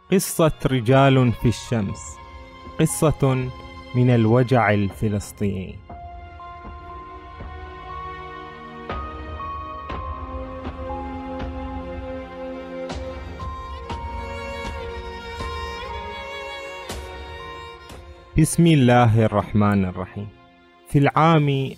قصة رجال في الشمس، قصة من الوجع الفلسطيني. بسم الله الرحمن الرحيم. في العام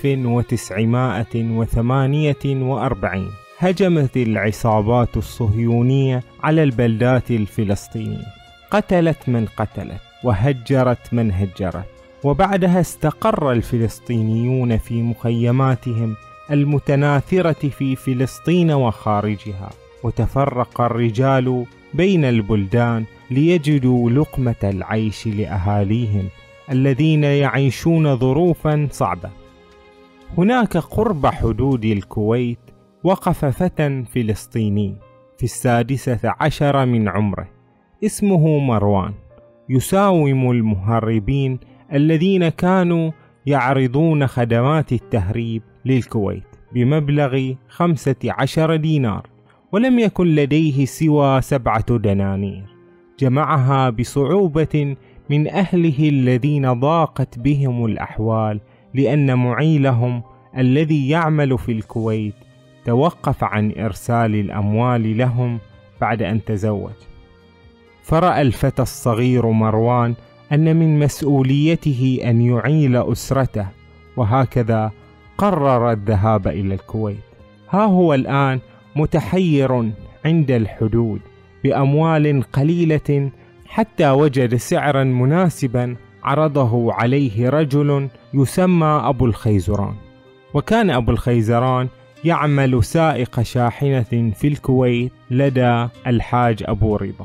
1948 هجمت العصابات الصهيونية على البلدات الفلسطينية، قتلت من قتلت وهجرت من هجرت، وبعدها استقر الفلسطينيون في مخيماتهم المتناثرة في فلسطين وخارجها، وتفرق الرجال بين البلدان ليجدوا لقمة العيش لأهاليهم الذين يعيشون ظروفا صعبة. هناك قرب حدود الكويت وقف فتى فلسطيني في 16 من عمره اسمه مروان، يساوم المهربين الذين كانوا يعرضون خدمات التهريب للكويت بمبلغ 15 دينار، ولم يكن لديه سوى 7 دنانير جمعها بصعوبة من أهله الذين ضاقت بهم الأحوال، لأن معيلهم الذي يعمل في الكويت توقف عن إرسال الأموال لهم بعد أن تزوج. فرأى الفتى الصغير مروان أن من مسؤوليته أن يعيل أسرته، وهكذا قرر الذهاب إلى الكويت. ها هو الآن متحير عند الحدود بأموال قليلة، حتى وجد سعرا مناسبا عرضه عليه رجل يسمى أبو الخيزران. وكان أبو الخيزران يعمل سائق شاحنة في الكويت لدى الحاج أبو رضا.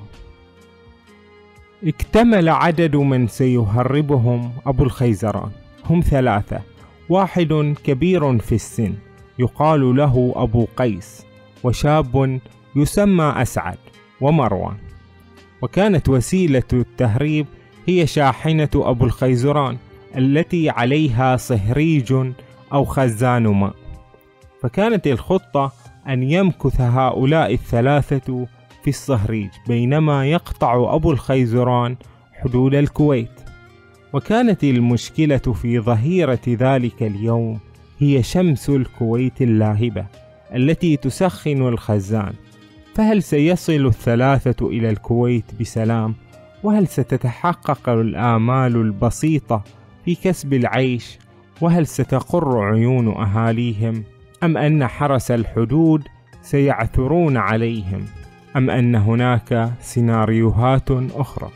اكتمل عدد من سيهربهم أبو الخيزران، هم 3، واحد كبير في السن يقال له أبو قيس، وشاب يسمى أسعد، ومروان. وكانت وسيلة التهريب هي شاحنة أبو الخيزران التي عليها صهريج أو خزان ماء. فكانت الخطة أن يمكث هؤلاء 3 في الصهريج بينما يقطع أبو الخيزران حدود الكويت. وكانت المشكلة في ظهيرة ذلك اليوم هي شمس الكويت اللاهبة التي تسخن الخزان. فهل سيصل 3 إلى الكويت بسلام؟ وهل ستتحقق الآمال البسيطة في كسب العيش؟ وهل ستقر عيون أهاليهم؟ أم أن حرس الحدود سيعثرون عليهم؟ أم أن هناك سيناريوهات أخرى؟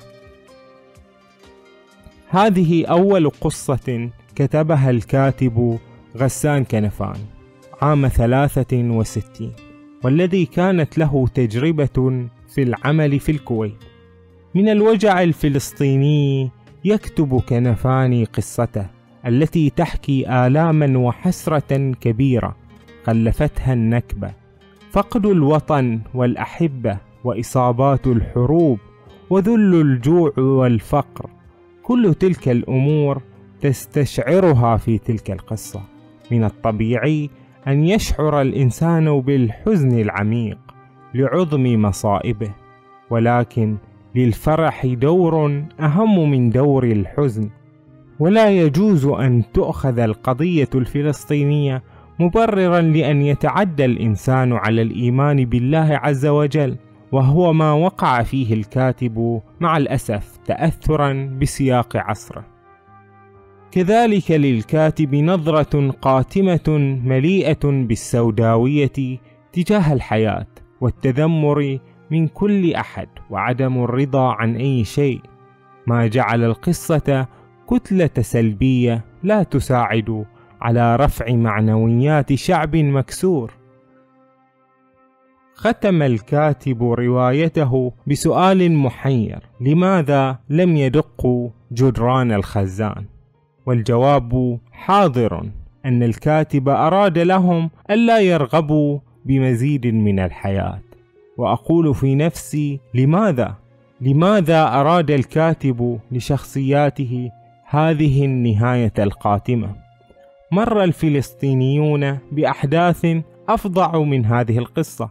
هذه أول قصة كتبها الكاتب غسان كنفان عام 63، والذي كانت له تجربة في العمل في الكويت. من الوجع الفلسطيني يكتب كنفاني قصته التي تحكي آلاما وحسرة كبيرة خلفتها النكبة، فقد الوطن والأحبة، وإصابات الحروب، وذل الجوع والفقر. كل تلك الأمور تستشعرها في تلك القصة. من الطبيعي أن يشعر الإنسان بالحزن العميق لعظم مصائبه، ولكن للفرح دور أهم من دور الحزن، ولا يجوز أن تؤخذ القضية الفلسطينية مبررا لأن يتعدى الإنسان على الإيمان بالله عز وجل، وهو ما وقع فيه الكاتب مع الأسف تأثرا بسياق عصره. كذلك للكاتب نظرة قاتمة مليئة بالسوداوية تجاه الحياة والتذمر من كل أحد وعدم الرضا عن أي شيء، ما جعل القصة كتلة سلبية لا تساعد على رفع معنويات شعب مكسور. ختم الكاتب روايته بسؤال محير: لماذا لم يدقوا جدران الخزان؟ والجواب حاضر، أن الكاتب أراد لهم ألا يرغبوا بمزيد من الحياة. وأقول في نفسي: لماذا أراد الكاتب لشخصياته هذه النهاية القاتمة؟ مر الفلسطينيون بأحداث أفظع من هذه القصة،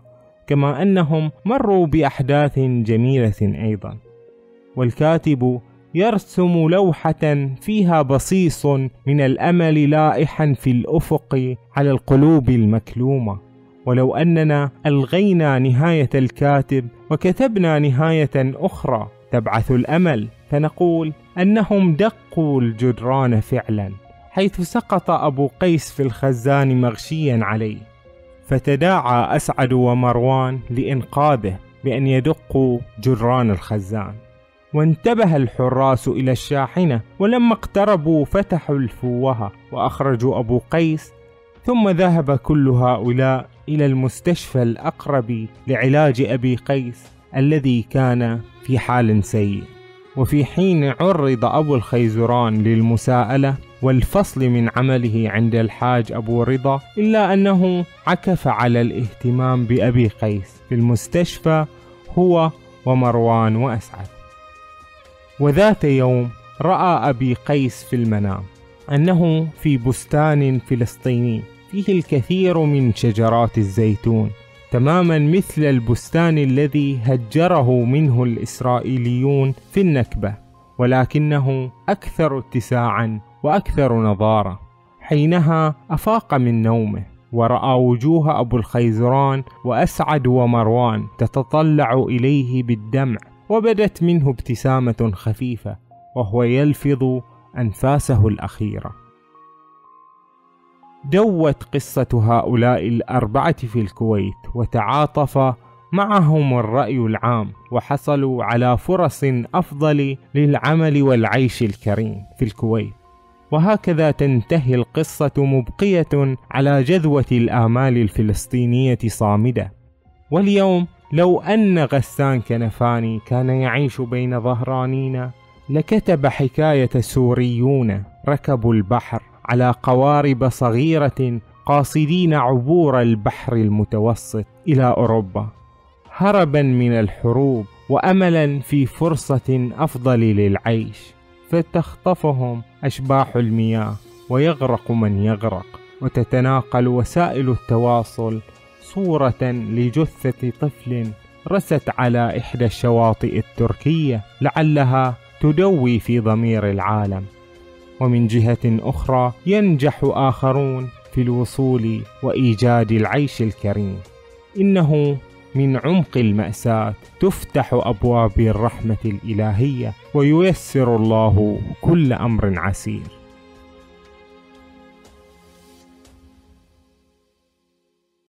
كما أنهم مروا بأحداث جميلة أيضا. والكاتب يرسم لوحة فيها بصيص من الأمل لائحا في الأفق على القلوب المكلومة. ولو أننا ألغينا نهاية الكاتب وكتبنا نهاية أخرى تبعث الأمل، فنقول أنهم دقوا الجدران فعلا، حيث سقط أبو قيس في الخزان مغشيا عليه، فتداعى أسعد ومروان لإنقاذه بأن يدقوا جدران الخزان. وانتبه الحراس إلى الشاحنة، ولما اقتربوا فتحوا الفوهة وأخرجوا أبو قيس، ثم ذهب كل هؤلاء إلى المستشفى الأقرب لعلاج أبي قيس الذي كان في حال سيء. وفي حين عرض أبو الخيزران للمساءلة والفصل من عمله عند الحاج أبو رضا، إلا أنه عكف على الاهتمام بأبي قيس في المستشفى هو ومروان وأسعد. وذات يوم رأى أبي قيس في المنام أنه في بستان فلسطيني فيه الكثير من شجرات الزيتون، تماما مثل البستان الذي هجره منه الإسرائيليون في النكبة، ولكنه أكثر اتساعا وأكثر نضارة. حينها أفاق من نومه ورأى وجوه أبو الخيزران وأسعد ومروان تتطلع إليه بالدمع، وبدت منه ابتسامة خفيفة وهو يلفظ أنفاسه الأخيرة. دوت قصة هؤلاء الأربعة في الكويت، وتعاطف معهم الرأي العام، وحصلوا على فرص أفضل للعمل والعيش الكريم في الكويت. وهكذا تنتهي القصة مبقية على جذوة الآمال الفلسطينية صامدة. واليوم لو أن غسان كنفاني كان يعيش بين ظهرانينا لكتب حكاية سوريون ركبوا البحر على قوارب صغيرة قاصدين عبور البحر المتوسط إلى أوروبا، هربا من الحروب وأملا في فرصة أفضل للعيش، فتخطفهم أشباح المياه ويغرق من يغرق، وتتناقل وسائل التواصل صورة لجثة طفل رست على إحدى الشواطئ التركية لعلها تدوي في ضمير العالم. ومن جهة أخرى ينجح آخرون في الوصول وإيجاد العيش الكريم. إنه من عمق المأساة تفتح أبواب الرحمة الإلهية، وييسر الله كل أمر عسير.